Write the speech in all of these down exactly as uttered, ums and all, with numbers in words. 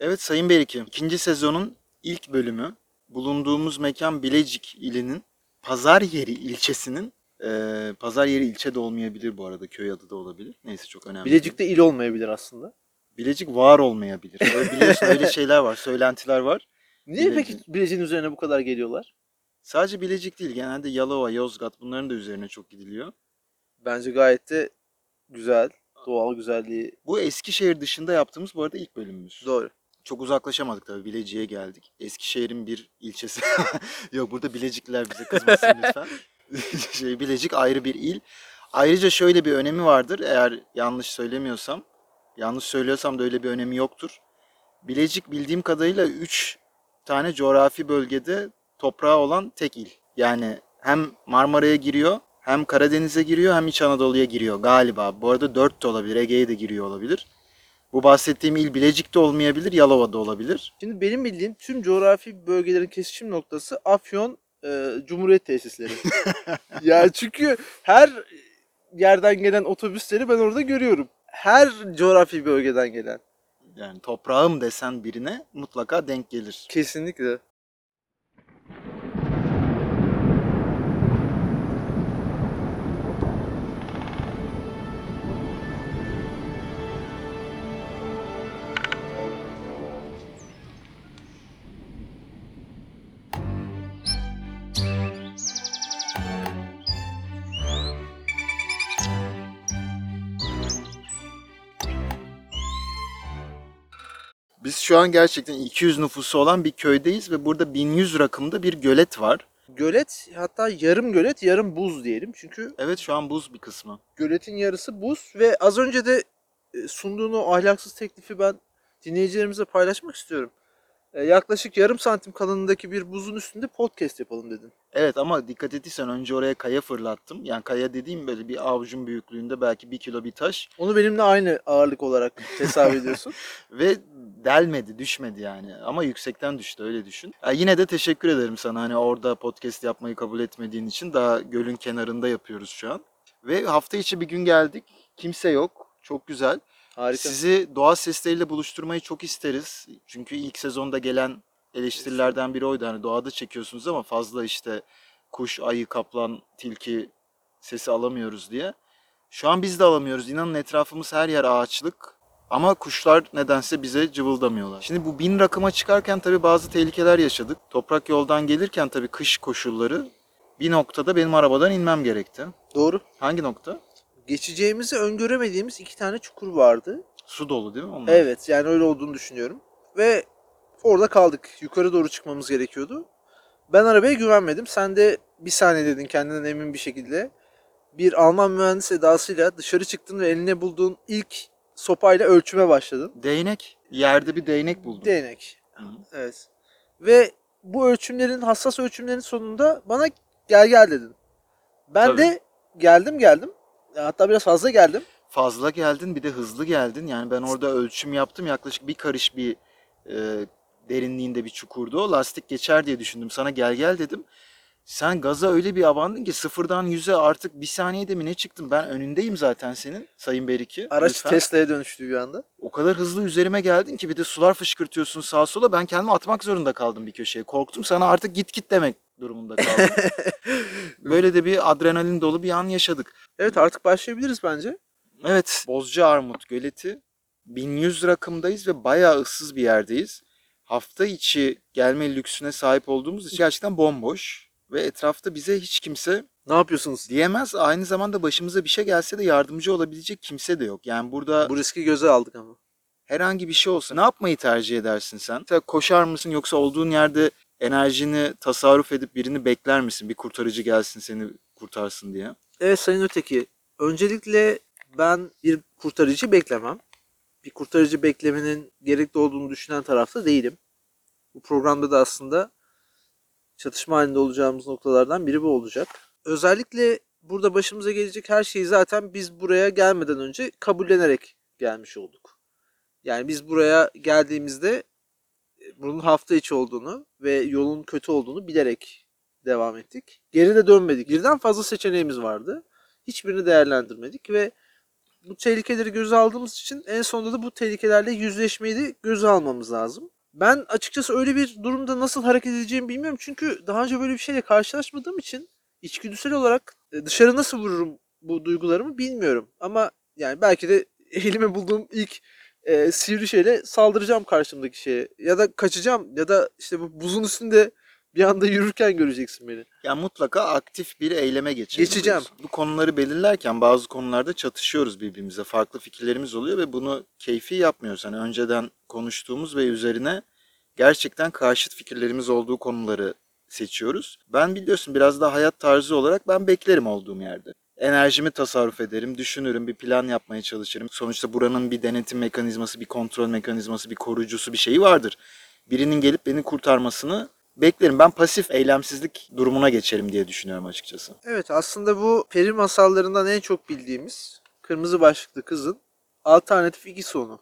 Evet Sayın Berikim, ikinci sezonun ilk bölümü. Bulunduğumuz mekan Bilecik ilinin Pazaryeri ilçesinin, eee Pazaryeri ilçe de olmayabilir bu arada, köy adı da olabilir. Neyse çok önemli değil. Bilecik'te il olmayabilir aslında. Bilecik var olmayabilir. Öyle biliyorsun öyle şeyler var, söylentiler var. Niye peki Bilecik. Bilecik'in üzerine bu kadar geliyorlar? Sadece Bilecik değil, genelde Yalova, Yozgat bunların da üzerine çok gidiliyor. Bence gayet de güzel. Doğal güzelliği. Bu Eskişehir dışında yaptığımız bu arada ilk bölümümüz. Doğru. Çok uzaklaşamadık tabii. Bilecik'e geldik. Eskişehir'in bir ilçesi. Yok burada Bilecikliler bize kızmasın lütfen. Şey, Bilecik ayrı bir il. Ayrıca şöyle bir önemi vardır. Eğer yanlış söylemiyorsam. Yanlış söylüyorsam da öyle bir önemi yoktur. Bilecik bildiğim kadarıyla üç tane coğrafi bölgede toprağı olan tek il. Yani hem Marmara'ya giriyor, hem Karadeniz'e giriyor, hem İç Anadolu'ya giriyor galiba. Bu arada dört de olabilir, Ege'ye de giriyor olabilir. Bu bahsettiğim il Bilecik'te olmayabilir, Yalova'da olabilir. Şimdi benim bildiğim tüm coğrafi bölgelerin kesişim noktası Afyon e, Cumhuriyet tesisleri. Yani çünkü her yerden gelen otobüsleri ben orada görüyorum. Her coğrafi bölgeden gelen. Yani toprağım desen birine mutlaka denk gelir. Kesinlikle. Biz şu an gerçekten iki yüz nüfusu olan bir köydeyiz ve burada bin yüz rakımda bir gölet var. Gölet, hatta yarım gölet yarım buz diyelim. Çünkü Evet şu an buz bir kısmı. göletin yarısı buz ve az önce de e, sunduğun o ahlaksız teklifi ben dinleyicilerimize paylaşmak istiyorum. E, Yaklaşık yarım santim kalınlığındaki bir buzun üstünde podcast yapalım dedin. Evet ama dikkat ettiysen önce oraya kaya fırlattım. Yani kaya dediğim böyle bir avucun büyüklüğünde belki bir kilo bir taş. Onu benimle aynı ağırlık olarak hesap ediyorsun. Ve delmedi, düşmedi yani. Ama yüksekten düştü öyle düşün. Ya yine de teşekkür ederim sana hani orada podcast yapmayı kabul etmediğin için. Daha gölün kenarında yapıyoruz şu an. Ve hafta içi bir gün geldik. Kimse yok. Çok güzel. Harika. Sizi doğa sesleriyle buluşturmayı çok isteriz. Çünkü ilk sezonda gelen eleştirilerden biri oydu. Hani doğada çekiyorsunuz ama fazla işte kuş, ayı, kaplan, tilki sesi alamıyoruz diye. Şu an biz de alamıyoruz. İnanın etrafımız her yer ağaçlık. Ama kuşlar nedense bize cıvıldamıyorlar. Şimdi bu bin rakıma çıkarken tabii bazı tehlikeler yaşadık. Toprak yoldan gelirken tabii kış koşulları bir noktada benim arabadan inmem gerekti. Doğru. Hangi nokta? Geçeceğimizi öngöremediğimiz iki tane çukur vardı. Su dolu değil mi onlar? Evet, yani öyle olduğunu düşünüyorum. Ve orada kaldık. Yukarı doğru çıkmamız gerekiyordu. Ben arabaya güvenmedim. Sen de bir saniye dedin kendinden emin bir şekilde. Bir Alman mühendis edasıyla dışarı çıktın ve eline bulduğun ilk sopayla ölçüme başladın. Değnek. Yerde bir değnek buldum. Değnek. Hı. Evet. Ve bu ölçümlerin, hassas ölçümlerin sonunda bana gel gel dedin. Ben Tabii. de geldim geldim. Hatta biraz fazla geldim. Fazla geldin bir de hızlı geldin. Yani ben orada ölçüm yaptım. Yaklaşık bir karış bir e, derinliğinde bir çukurdu o. Lastik geçer diye düşündüm. Sana gel gel dedim. Sen gaza öyle bir abandın ki sıfırdan yüze artık bir saniyede mi ne çıktın? Ben önündeyim zaten senin Sayın Beriki. Araç Lütfen. Tesla'ya dönüştü bir anda. O kadar hızlı üzerime geldin ki bir de sular fışkırtıyorsun sağa sola. Ben kendimi atmak zorunda kaldım bir köşeye. Korktum sana artık git git demek durumunda kaldım. Böyle de bir adrenalin dolu bir an yaşadık. Evet, artık başlayabiliriz bence. Evet, Bozcaarmut Göleti bin yüz rakımdayız ve bayağı ıssız bir yerdeyiz. Hafta içi gelme lüksüne sahip olduğumuz için gerçekten bomboş ve etrafta bize hiç kimse Ne yapıyorsunuz? diyemez. Aynı zamanda başımıza bir şey gelse de yardımcı olabilecek kimse de yok. Yani burada Bu riski göze aldık ama. herhangi bir şey olsa ne yapmayı tercih edersin sen? Mesela koşar mısın yoksa olduğun yerde enerjini tasarruf edip birini bekler misin? Bir kurtarıcı gelsin seni kurtarsın diye. Evet Sayın Öteki. Öncelikle ben bir kurtarıcı beklemem. Bir kurtarıcı beklemenin gerekli olduğunu düşünen tarafta değilim. Bu programda da aslında çatışma halinde olacağımız noktalardan biri bu olacak. Özellikle burada başımıza gelecek her şeyi zaten biz buraya gelmeden önce kabullenerek gelmiş olduk. Yani biz buraya geldiğimizde bunun hafta içi olduğunu ve yolun kötü olduğunu bilerek devam ettik. Geri de dönmedik. Birden fazla seçeneğimiz vardı. Hiçbirini değerlendirmedik ve bu tehlikeleri göze aldığımız için en sonunda da bu tehlikelerle yüzleşmeyi de göze almamız lazım. Ben açıkçası öyle bir durumda nasıl hareket edeceğimi bilmiyorum. Çünkü daha önce böyle bir şeyle karşılaşmadığım için içgüdüsel olarak e, dışarı nasıl vururum bu duygularımı bilmiyorum. Ama yani belki de elime bulduğum ilk e, sivri şeyle saldıracağım karşımdaki şeye. Ya da kaçacağım ya da işte bu buzun üstünde bir anda yürürken göreceksin beni. Ya mutlaka aktif bir eyleme geçelim. Geçeceğim. Bu konuları belirlerken bazı konularda çatışıyoruz birbirimize. Farklı fikirlerimiz oluyor ve bunu keyfi yapmıyoruz. Hani önceden konuştuğumuz ve üzerine gerçekten karşıt fikirlerimiz olduğu konuları seçiyoruz. Ben biliyorsun biraz daha hayat tarzı olarak ben beklerim olduğum yerde. Enerjimi tasarruf ederim, düşünürüm, bir plan yapmaya çalışırım. Sonuçta buranın bir denetim mekanizması, bir kontrol mekanizması, bir koruyucusu bir şeyi vardır. Birinin gelip beni kurtarmasını beklerim. Ben pasif eylemsizlik durumuna geçerim diye düşünüyorum açıkçası. Evet, aslında bu peri masallarından en çok bildiğimiz kırmızı başlıklı kızın alternatif iki sonu.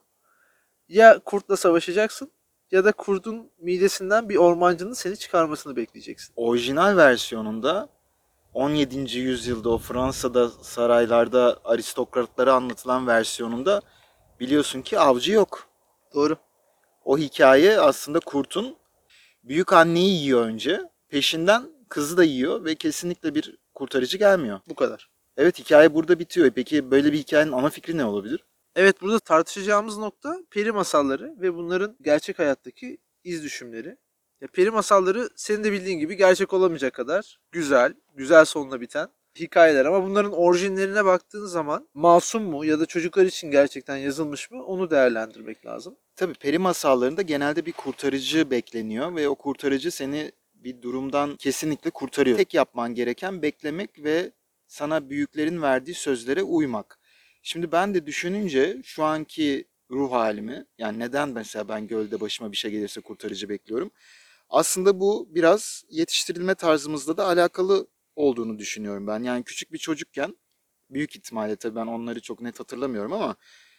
Ya kurtla savaşacaksın ya da kurdun midesinden bir ormancının seni çıkarmasını bekleyeceksin. Orijinal versiyonunda on yedinci yüzyılda o Fransa'da saraylarda aristokratlara anlatılan versiyonunda biliyorsun ki avcı yok. Doğru. O hikaye aslında kurtun büyük anneyi yiyor önce. Peşinden kızı da yiyor ve kesinlikle bir kurtarıcı gelmiyor. Bu kadar. Evet, hikaye burada bitiyor. Peki böyle bir hikayenin ana fikri ne olabilir? Evet, burada tartışacağımız nokta peri masalları ve bunların gerçek hayattaki iz düşümleri. Ya, peri masalları senin de bildiğin gibi gerçek olamayacak kadar güzel, güzel sonla biten hikayeler. Ama bunların orijinlerine baktığın zaman masum mu ya da çocuklar için gerçekten yazılmış mı onu değerlendirmek lazım. Tabii peri masallarında genelde bir kurtarıcı bekleniyor ve o kurtarıcı seni bir durumdan kesinlikle kurtarıyor. Tek yapman gereken beklemek ve sana büyüklerin verdiği sözlere uymak. Şimdi ben de düşününce şu anki ruh halimi, yani neden mesela ben gölde başıma bir şey gelirse kurtarıcı bekliyorum. Aslında bu biraz yetiştirilme tarzımızla da alakalı olduğunu düşünüyorum ben. Yani küçük bir çocukken, büyük ihtimalle tabii ben onları çok net hatırlamıyorum ama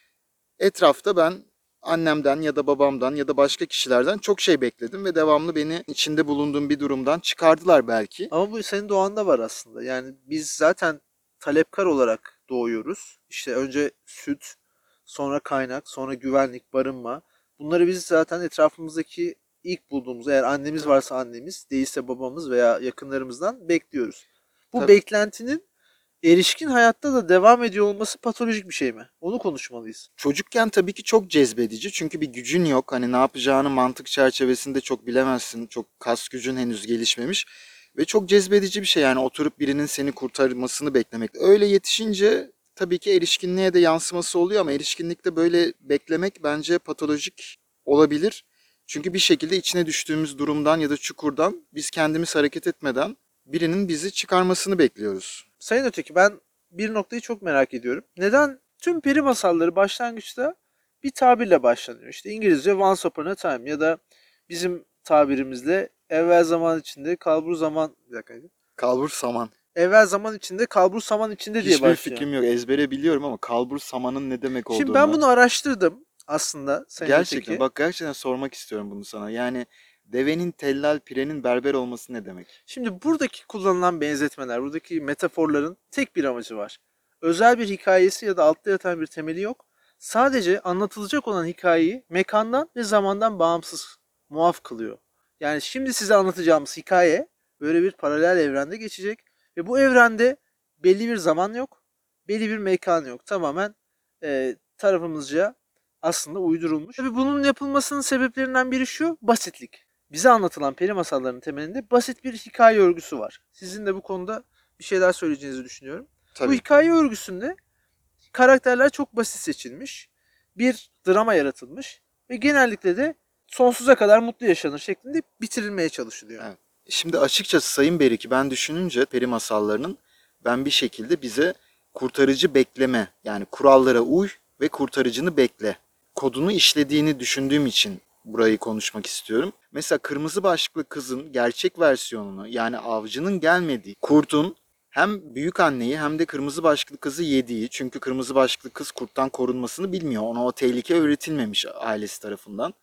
etrafta ben annemden ya da babamdan ya da başka kişilerden çok şey bekledim ve devamlı beni içinde bulunduğum bir durumdan çıkardılar belki. Ama bu senin doğanda var aslında. Yani biz zaten talepkar olarak doğuyoruz. İşte önce süt, sonra kaynak, sonra güvenlik, barınma. Bunları biz zaten etrafımızdaki ilk bulduğumuz, eğer annemiz varsa annemiz, değilse babamız veya yakınlarımızdan bekliyoruz. Bu Tabii. beklentinin erişkin hayatta da devam ediyor olması patolojik bir şey mi? Onu konuşmalıyız. Çocukken tabii ki çok cezbedici çünkü bir gücün yok. Hani ne yapacağını mantık çerçevesinde çok bilemezsin. Çok kas gücün henüz gelişmemiş. Ve çok cezbedici bir şey yani oturup birinin seni kurtarmasını beklemek. Öyle yetişince tabii ki erişkinliğe de yansıması oluyor ama erişkinlikte böyle beklemek bence patolojik olabilir. Çünkü bir şekilde içine düştüğümüz durumdan ya da çukurdan biz kendimiz hareket etmeden birinin bizi çıkarmasını bekliyoruz. Sayın Öteki, ben bir noktayı çok merak ediyorum. Neden tüm peri masalları başlangıçta bir tabirle başlanıyor? İşte İngilizce once upon a time ya da bizim tabirimizle evvel zaman içinde, kalbur zaman... Bir dakika. Kalbur saman. Evvel zaman içinde, kalbur zaman içinde diye Hiçbir başlıyor. fikrim yok. Ezbere biliyorum ama kalbur samanın ne demek olduğunu. Şimdi ben bunu araştırdım aslında Sayın Gerçekten Öteki. bak gerçekten sormak istiyorum bunu sana. Yani devenin tellal, pirenin berber olması ne demek? Şimdi buradaki kullanılan benzetmeler, buradaki metaforların tek bir amacı var. Özel bir hikayesi ya da altta yatan bir temeli yok. Sadece anlatılacak olan hikayeyi mekandan ve zamandan bağımsız muaf kılıyor. Yani şimdi size anlatacağımız hikaye böyle bir paralel evrende geçecek ve bu evrende belli bir zaman yok, belli bir mekan yok. Tamamen e, tarafımızca aslında uydurulmuş. Tabii bunun yapılmasının sebeplerinden biri şu: basitlik. Bize anlatılan peri masallarının temelinde basit bir hikaye örgüsü var. Sizin de bu konuda bir şeyler söyleyeceğinizi düşünüyorum. Bu Tabii. hikaye örgüsünde karakterler çok basit seçilmiş. Bir drama yaratılmış ve genellikle de sonsuza kadar mutlu yaşanır şeklinde bitirilmeye çalışılıyor. Evet. Şimdi açıkçası Sayın Beriki ben düşününce peri masallarının ben bir şekilde bize kurtarıcı bekleme yani kurallara uy ve kurtarıcını bekle kodunu işlediğini düşündüğüm için burayı konuşmak istiyorum. Mesela kırmızı başlıklı kızın gerçek versiyonunu yani avcının gelmediği kurtun hem büyük anneyi hem de kırmızı başlıklı kızı yediği çünkü kırmızı başlıklı kız kurttan korunmasını bilmiyor. Ona o tehlike öğretilmemiş ailesi tarafından.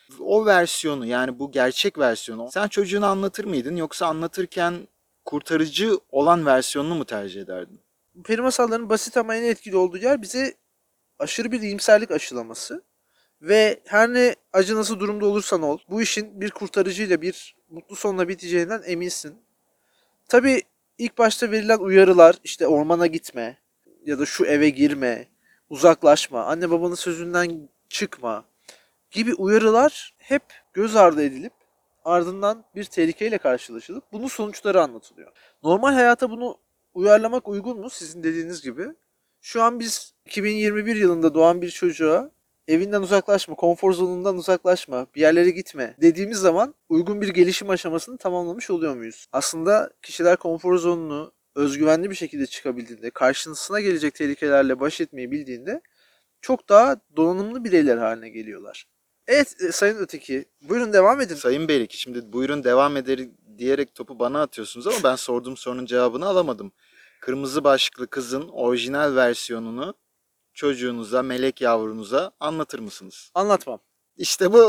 O versiyonu yani bu gerçek versiyonu sen çocuğuna anlatır mıydın yoksa anlatırken kurtarıcı olan versiyonunu mu tercih ederdin? Peri masallarının basit ama en etkili olduğu yer bize aşırı bir iyimserlik aşılaması ve her ne acı nasıl durumda olursan ol, bu işin bir kurtarıcıyla bir mutlu sonla biteceğinden eminsin. Tabii ilk başta verilen uyarılar, işte ormana gitme ya da şu eve girme, uzaklaşma, anne babanın sözünden çıkma gibi uyarılar hep göz ardı edilip ardından bir tehlikeyle karşılaşılıp bunun sonuçları anlatılıyor. Normal hayata bunu uyarlamak uygun mu sizin dediğiniz gibi? Şu an biz iki bin yirmi bir yılında doğan bir çocuğa evinden uzaklaşma, konfor zonundan uzaklaşma, bir yerlere gitme dediğimiz zaman uygun bir gelişim aşamasını tamamlamış oluyor muyuz? Aslında kişiler konfor zonunu özgüvenli bir şekilde çıkabildiğinde, karşısına gelecek tehlikelerle baş etmeyi bildiğinde çok daha donanımlı bireyler haline geliyorlar. Evet e, Sayın Öteki, buyurun devam edin. Sayın Berik, şimdi buyurun devam eder diyerek topu bana atıyorsunuz ama ben sorduğum sorunun cevabını alamadım. Kırmızı başlıklı kızın orijinal versiyonunu çocuğunuza, melek yavrunuza anlatır mısınız? Anlatmam. İşte bu.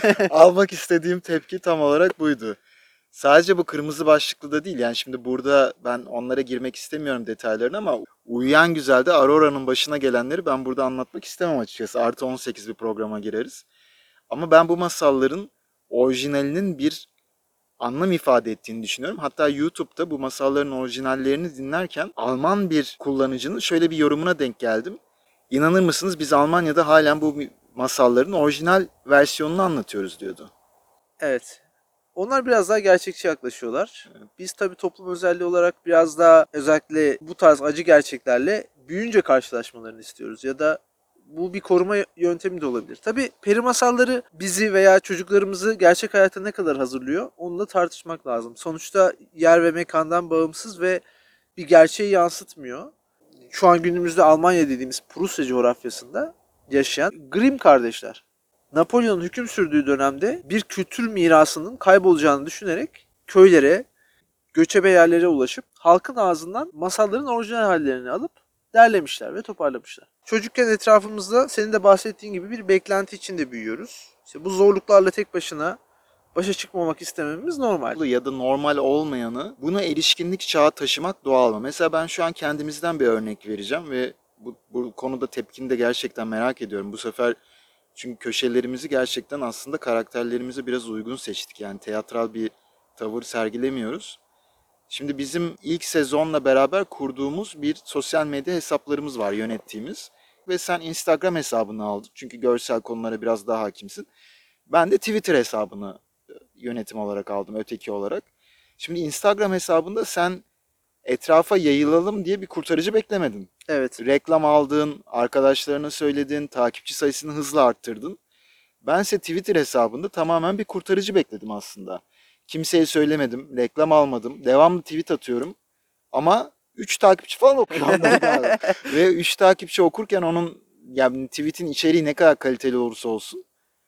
Almak istediğim tepki tam olarak buydu. Sadece bu kırmızı başlıklı da değil. Yani şimdi burada ben onlara girmek istemiyorum detaylarını ama Uyuyan Güzel'de Aurora'nın başına gelenleri ben burada anlatmak istemem açıkçası. Artı on sekiz bir programa gireriz. Ama ben bu masalların orijinalinin bir anlam ifade ettiğini düşünüyorum. Hatta YouTube'da bu masalların orijinallerini dinlerken Alman bir kullanıcının şöyle bir yorumuna denk geldim. İnanır mısınız biz Almanya'da halen bu masalların orijinal versiyonunu anlatıyoruz diyordu. Evet. Onlar biraz daha gerçekçi yaklaşıyorlar. Biz tabii toplum özelliği olarak biraz daha özellikle bu tarz acı gerçeklerle büyüyünce karşılaşmalarını istiyoruz. Ya da bu bir koruma yöntemi de olabilir. Tabii peri masalları bizi veya çocuklarımızı gerçek hayata ne kadar hazırlıyor onu da tartışmak lazım. Sonuçta yer ve mekandan bağımsız ve bir gerçeği yansıtmıyor. Şu an günümüzde Almanya dediğimiz Prusya coğrafyasında yaşayan Grimm kardeşler. Napolyon'un hüküm sürdüğü dönemde bir kültür mirasının kaybolacağını düşünerek köylere, göçebe yerlere ulaşıp halkın ağzından masalların orijinal hallerini alıp derlemişler ve toparlamışlar. Çocukken etrafımızda senin de bahsettiğin gibi bir beklenti içinde büyüyoruz. İşte bu zorluklarla tek başına başa çıkmamak istememiz normal. Ya da normal olmayanı bunu erişkinlik çağa taşımak doğal mı? Mesela ben şu an kendimizden bir örnek vereceğim ve bu, bu konuda tepkini de gerçekten merak ediyorum. Bu sefer çünkü köşelerimizi gerçekten aslında karakterlerimize biraz uygun seçtik. Yani teatral bir tavır sergilemiyoruz. Şimdi bizim ilk sezonla beraber kurduğumuz bir sosyal medya hesaplarımız var yönettiğimiz. Ve sen Instagram hesabını aldın çünkü görsel konulara biraz daha hakimsin. Ben de Twitter hesabını yönetim olarak aldım, öteki olarak. Şimdi Instagram hesabında sen etrafa yayılalım diye bir kurtarıcı beklemedin. Evet. Reklam aldın, arkadaşlarına söyledin, takipçi sayısını hızla arttırdın. Bense Twitter hesabında tamamen bir kurtarıcı bekledim aslında. Kimseye söylemedim, reklam almadım, devamlı tweet atıyorum. Ama üç takipçi falan okuyor onları abi. Ve üç takipçi okurken onun yani tweet'in içeriği ne kadar kaliteli olursa olsun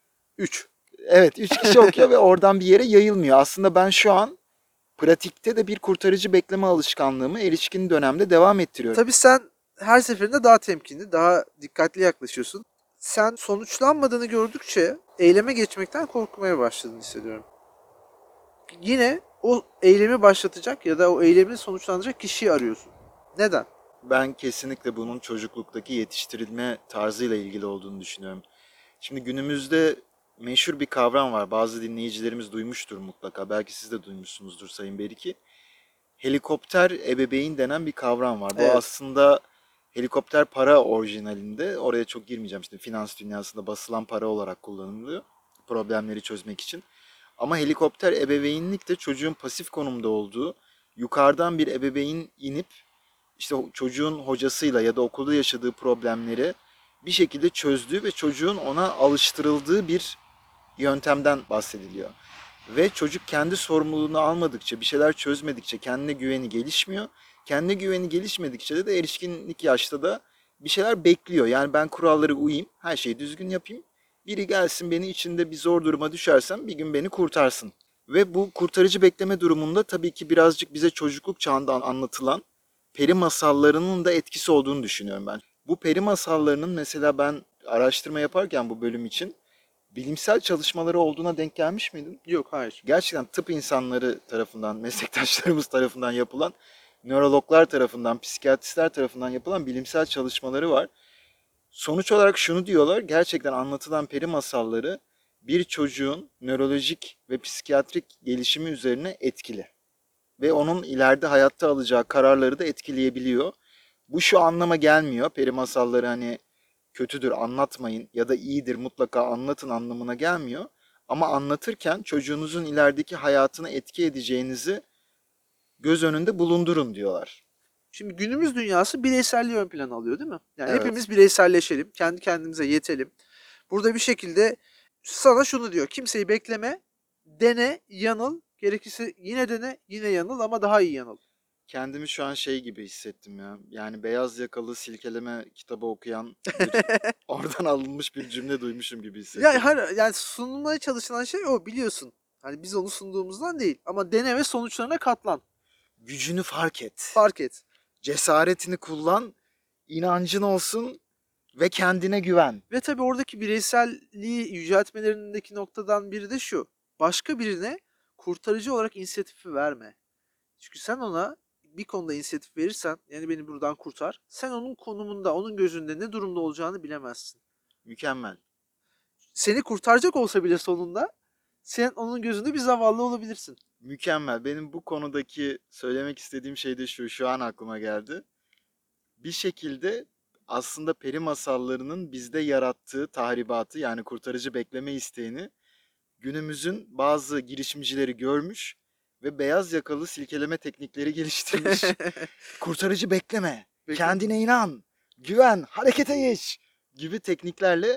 üç. Evet, üç kişi okuyor ve oradan bir yere yayılmıyor. Aslında ben şu an pratikte de bir kurtarıcı bekleme alışkanlığımı erişkin dönemde devam ettiriyorum. Tabii sen her seferinde daha temkinli, daha dikkatli yaklaşıyorsun. Sen sonuçlanmadığını gördükçe eyleme geçmekten korkmaya başladığını hissediyorum. Yine o eylemi başlatacak ya da o eylemin sonuçlandıracak kişiyi arıyorsun. Neden? Ben kesinlikle bunun çocukluktaki yetiştirilme tarzıyla ilgili olduğunu düşünüyorum. Şimdi günümüzde meşhur bir kavram var. Bazı dinleyicilerimiz duymuştur mutlaka. Belki siz de duymuşsunuzdur Sayın Beriki. Helikopter ebeveyn denen bir kavram var. Bu Evet. aslında helikopter para orijinalinde. Oraya çok girmeyeceğim. Şimdi finans dünyasında basılan para olarak kullanılıyor. Problemleri çözmek için. Ama helikopter ebeveynlik de çocuğun pasif konumda olduğu, yukarıdan bir ebeveyn inip işte çocuğun hocasıyla ya da okulda yaşadığı problemleri bir şekilde çözdüğü ve çocuğun ona alıştırıldığı bir yöntemden bahsediliyor. Ve çocuk kendi sorumluluğunu almadıkça, bir şeyler çözmedikçe kendine güveni gelişmiyor. Kendine güveni gelişmedikçe de, de erişkinlik yaşta da bir şeyler bekliyor. Yani ben kurallara uyayım, her şeyi düzgün yapayım. Biri gelsin beni içinde bir zor duruma düşersem bir gün beni kurtarsın. Ve bu kurtarıcı bekleme durumunda tabii ki birazcık bize çocukluk çağında anlatılan peri masallarının da etkisi olduğunu düşünüyorum ben. Bu peri masallarının mesela ben araştırma yaparken bu bölüm için bilimsel çalışmaları olduğuna denk gelmiş miydin? Yok, hayır. Gerçekten tıp insanları tarafından, meslektaşlarımız tarafından yapılan, nörologlar tarafından, psikiyatristler tarafından yapılan bilimsel çalışmaları var. Sonuç olarak şunu diyorlar, gerçekten anlatılan peri masalları bir çocuğun nörolojik ve psikiyatrik gelişimi üzerine etkili. Ve onun ileride hayatta alacağı kararları da etkileyebiliyor. Bu şu anlama gelmiyor. Peri masalları hani kötüdür, anlatmayın ya da iyidir, mutlaka anlatın anlamına gelmiyor. Ama anlatırken çocuğunuzun ilerideki hayatını etki edeceğinizi göz önünde bulundurun diyorlar. Şimdi günümüz dünyası bireyselliği ön plana alıyor değil mi? Yani Evet. hepimiz bireyselleşelim, kendi kendimize yetelim. Burada bir şekilde sana şunu diyor, kimseyi bekleme, dene, yanıl, gerekirse yine dene, yine yanıl ama daha iyi yanıl. Kendimi şu an şey gibi hissettim ya. Yani beyaz yakalı silkeleme kitabı okuyan bir, oradan alınmış bir cümle duymuşum gibi hissettim. Yani, her, yani sunulmaya çalışılan şey o, biliyorsun. Hani biz onu sunduğumuzdan değil ama dene ve sonuçlarına katlan. Gücünü fark et. Fark et. Cesaretini kullan, inancın olsun ve kendine güven. Ve tabii oradaki bireyselliği yüceltmelerindeki noktadan biri de şu. Başka birine kurtarıcı olarak inisiyatifi verme. Çünkü sen ona bir konuda inisiyatif verirsen, yani beni buradan kurtar, sen onun konumunda, onun gözünde ne durumda olacağını bilemezsin. Mükemmel. Seni kurtaracak olsa bile sonunda sen onun gözünde bir zavallı olabilirsin. Mükemmel. Benim bu konudaki söylemek istediğim şey de şu, şu an aklıma geldi. Bir şekilde aslında peri masallarının bizde yarattığı tahribatı, yani kurtarıcı bekleme isteğini günümüzün bazı girişimcileri görmüş ve beyaz yakalı silkeleme teknikleri geliştirmiş. Kurtarıcı bekleme, Bekleme. kendine inan, güven, harekete geç gibi tekniklerle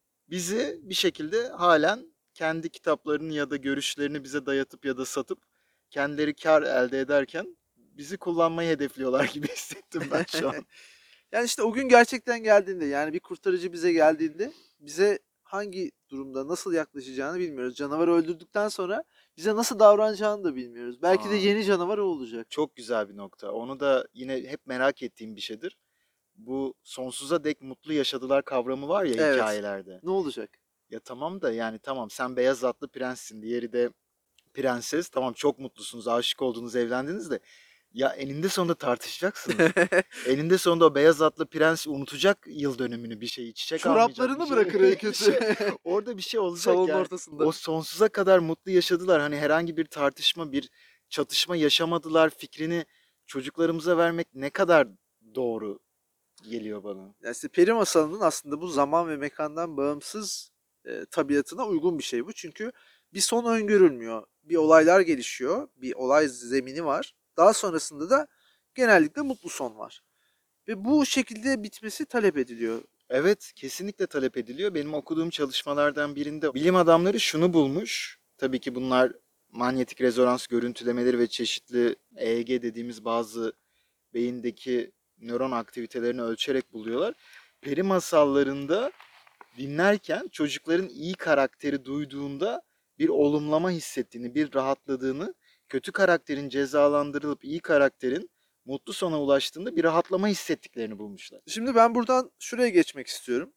bizi bir şekilde halen kendi kitaplarını ya da görüşlerini bize dayatıp ya da satıp kendileri kar elde ederken bizi kullanmayı hedefliyorlar gibi hissettim ben şu an. Yani işte o gün gerçekten geldiğinde, yani bir kurtarıcı bize geldiğinde bize hangi durumda nasıl yaklaşacağını bilmiyoruz. Canavarı öldürdükten sonra bize nasıl davranacağını da bilmiyoruz. Belki de Aa. yeni canavar o olacak. Çok güzel bir nokta. Onu da yine hep merak ettiğim bir şeydir. Bu sonsuza dek mutlu yaşadılar kavramı var ya Evet. hikayelerde. Ne olacak? Ya tamam da yani tamam sen beyaz atlı prenssin, diğeri de prenses. Tamam çok mutlusunuz, aşık oldunuz, evlendiniz de ya eninde sonunda tartışacaksınız. Eninde sonunda o beyaz atlı prens unutacak yıl dönümünü, bir şeyi, çiçek almayacak. Çoraplarını bir şey- bırakır en bir kötü. şey- Orada bir şey olacak Salonun yani. ortasında. O sonsuza kadar mutlu yaşadılar. Hani herhangi bir tartışma, bir çatışma yaşamadılar fikrini çocuklarımıza vermek ne kadar doğru geliyor bana. Yani işte peri masalının aslında bu zaman ve mekandan bağımsız e, tabiatına uygun bir şey bu. Çünkü bir son öngörülmüyor. Bir olaylar gelişiyor. Bir olay zemini var. Daha sonrasında da genellikle mutlu son var. Ve bu şekilde bitmesi talep ediliyor. Evet, kesinlikle talep ediliyor. Benim okuduğum çalışmalardan birinde bilim adamları şunu bulmuş. Tabii ki bunlar manyetik rezonans görüntülemeleri ve çeşitli E E G dediğimiz bazı beyindeki nöron aktivitelerini ölçerek buluyorlar. Peri masallarında dinlerken çocukların iyi karakteri duyduğunda bir olumlama hissettiğini, bir rahatladığını, kötü karakterin cezalandırılıp iyi karakterin mutlu sona ulaştığında bir rahatlama hissettiklerini bulmuşlar. Şimdi ben buradan şuraya geçmek istiyorum.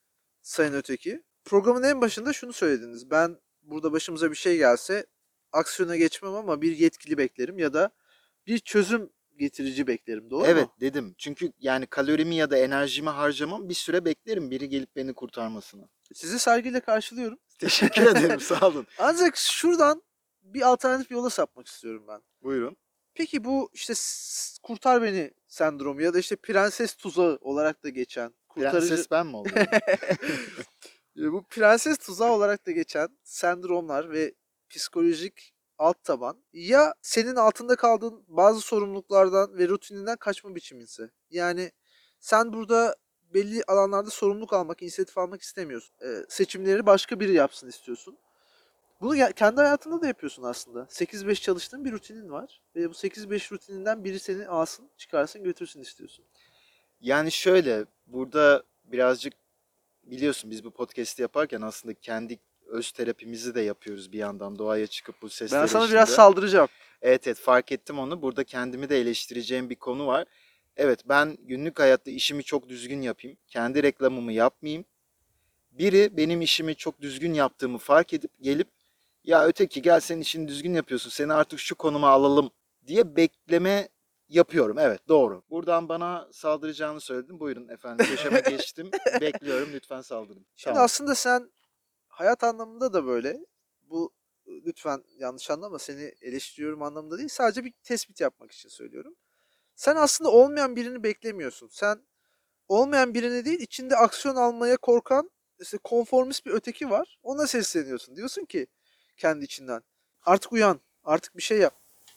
Sayın Öteki. Programın en başında şunu söylediniz. Ben burada başımıza bir şey gelse aksiyona geçmem ama bir yetkili beklerim ya da bir çözüm getirici beklerim. Doğru Evet mu? dedim. Çünkü yani kalorimi ya da enerjimi harcamam, bir süre beklerim biri gelip beni kurtarmasını. Sizi saygıyla karşılıyorum. Teşekkür ederim, sağ olun. Ancak şuradan bir alternatif yola sapmak istiyorum ben. Buyurun. Peki bu işte s- kurtar beni sendromu ya da işte prenses tuzağı olarak da geçen kurtarıcı... Prenses ben mi oluyorum? bu prenses tuzağı olarak da geçen sendromlar ve psikolojik alt taban ya senin altında kaldığın bazı sorumluluklardan ve rutininden kaçma biçiminse. Yani sen burada belli alanlarda sorumluluk almak, inisiyatif almak istemiyorsun. Ee, seçimleri başka biri yapsın istiyorsun. Bunu ya- kendi hayatında da yapıyorsun aslında. sekiz beş çalıştığın bir rutinin var. Ve bu sekiz beş rutininden biri seni alsın, çıkarsın, götürsün istiyorsun. Yani şöyle, burada birazcık biliyorsun biz bu podcast'i yaparken aslında kendi öz terapimizi de yapıyoruz bir yandan, doğaya çıkıp bu sesler Ben sana eşliğinde. biraz saldıracağım. Evet evet, fark ettim onu. Burada kendimi de eleştireceğim bir konu var. Evet, ben günlük hayatta işimi çok düzgün yapayım. Kendi reklamımı yapmayayım. Biri benim işimi çok düzgün yaptığımı fark edip gelip ya Öteki gel, senin işini düzgün yapıyorsun, seni artık şu konuma alalım diye bekleme Yapıyorum, evet, doğru. Buradan bana saldıracağını söyledin. Buyurun efendim, köşeme geçtim. Bekliyorum, lütfen saldırın. Şimdi Tamam. aslında sen hayat anlamında da böyle. Bu lütfen yanlış anlama, seni eleştiriyorum anlamında değil. Sadece bir tespit yapmak için söylüyorum. Sen aslında olmayan birini beklemiyorsun. Sen olmayan birini değil, içinde aksiyon almaya korkan, işte konformist bir öteki var. Ona sesleniyorsun. Diyorsun ki kendi içinden, artık uyan, artık bir şey yap.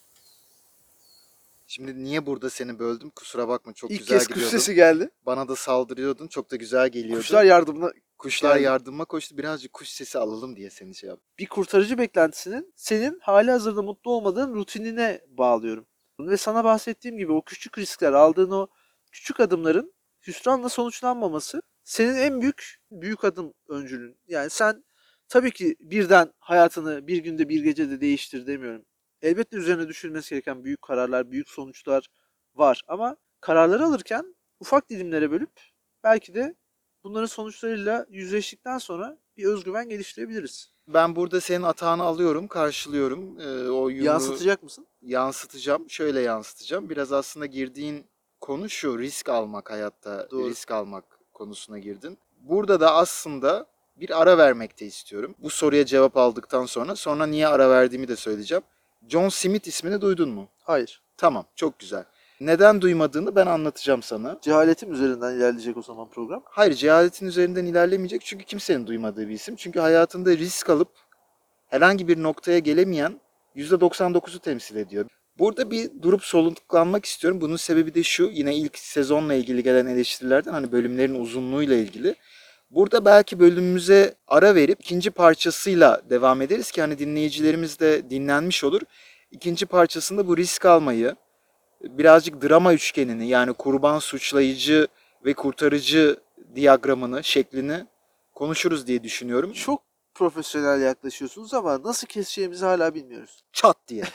Şimdi niye burada seni böldüm? Kusura bakma, çok İlk güzel kez kuş gidiyordun. sesi geldi. Bana da saldırıyordun. Çok da güzel geliyordu. Kuşlar yardımına Kuşlar geldi. yardıma koştu. Birazcık kuş sesi alalım diye seni şey yaptım. Bir kurtarıcı beklentisinin senin hali hazırda mutlu olmadığın rutinine bağlıyorum. Ve sana bahsettiğim gibi o küçük riskler, aldığın o küçük adımların hüsranla sonuçlanmaması senin en büyük büyük adım öncülün. Yani sen tabii ki birden hayatını bir günde bir gecede değiştir demiyorum. Elbette üzerine düşülmesi gereken büyük kararlar, büyük sonuçlar var. Ama kararları alırken ufak dilimlere bölüp belki de bunların sonuçlarıyla yüzleştikten sonra bir özgüven geliştirebiliriz. Ben burada senin atağını alıyorum, karşılıyorum. Ee, o yumruğu Yansıtacak mısın? yansıtacağım. Şöyle yansıtacağım. Biraz aslında girdiğin konu şu, risk almak hayatta. Doğru. Risk almak konusuna girdin. Burada da aslında bir ara vermek de istiyorum. Bu soruya cevap aldıktan sonra, sonra niye ara verdiğimi de söyleyeceğim. John Smith ismini duydun mu? Hayır. Tamam, çok güzel. Neden duymadığını ben anlatacağım sana. Cehaletim üzerinden ilerleyecek o zaman program. Hayır, cehaletin üzerinden ilerlemeyecek çünkü kimsenin duymadığı bir isim. Çünkü hayatında risk alıp herhangi bir noktaya gelemeyen yüzde doksan dokuzu temsil ediyor. Burada bir durup soluklanmak istiyorum. Bunun sebebi de şu, yine ilk sezonla ilgili gelen eleştirilerden, hani bölümlerin uzunluğuyla ilgili. Burada belki bölümümüze ara verip ikinci parçasıyla devam ederiz ki hani dinleyicilerimiz de dinlenmiş olur. İkinci parçasında bu risk almayı, birazcık drama üçgenini, yani kurban, suçlayıcı ve kurtarıcı diyagramını, şeklini konuşuruz diye düşünüyorum. Çok profesyonel yaklaşıyorsunuz ama nasıl keseceğimizi hala bilmiyoruz. Çat diye.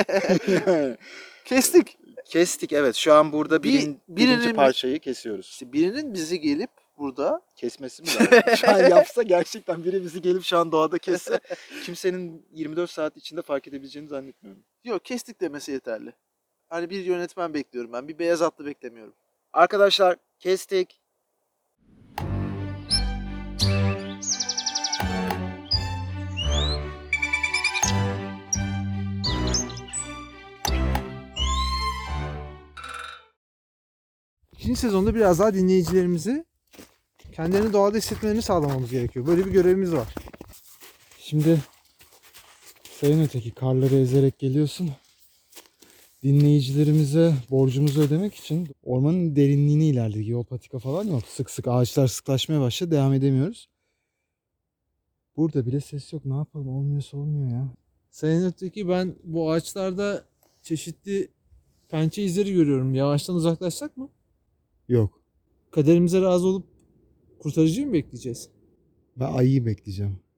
Kestik. Kestik, evet. Şu an burada Bir- birin, birinin birinci mi- parçayı kesiyoruz. İşte birinin bizi gelip burada Kesmesi mi lazım? Şu an yapsa, gerçekten biri bizi gelip şu an doğada kesse, kimsenin yirmi dört saat içinde fark edebileceğini zannetmiyorum. yok kestik demesi yeterli. Hani bir yönetmen bekliyorum ben. Bir beyaz atlı beklemiyorum. Arkadaşlar, kestik. İkinci sezonda biraz daha dinleyicilerimizi kendilerini doğada hissetmelerini sağlamamız gerekiyor. Böyle bir görevimiz var. Şimdi sayın öteki, karları ezerek geliyorsun. Dinleyicilerimize borcumuzu ödemek için ormanın derinliğini ilerledik. Yol patika falan yok. Sık sık ağaçlar sıklaşmaya başladı. Devam edemiyoruz. Burada bile ses yok. Ne yapalım? Olmuyorsa olmuyor ya. Sayın Öteki, ben bu ağaçlarda çeşitli pençe izleri görüyorum. Yavaştan uzaklaşsak mı? Yok. Kaderimize razı olup kurtarıcıyı mı bekleyeceğiz? Ben ayıyı bekleyeceğim.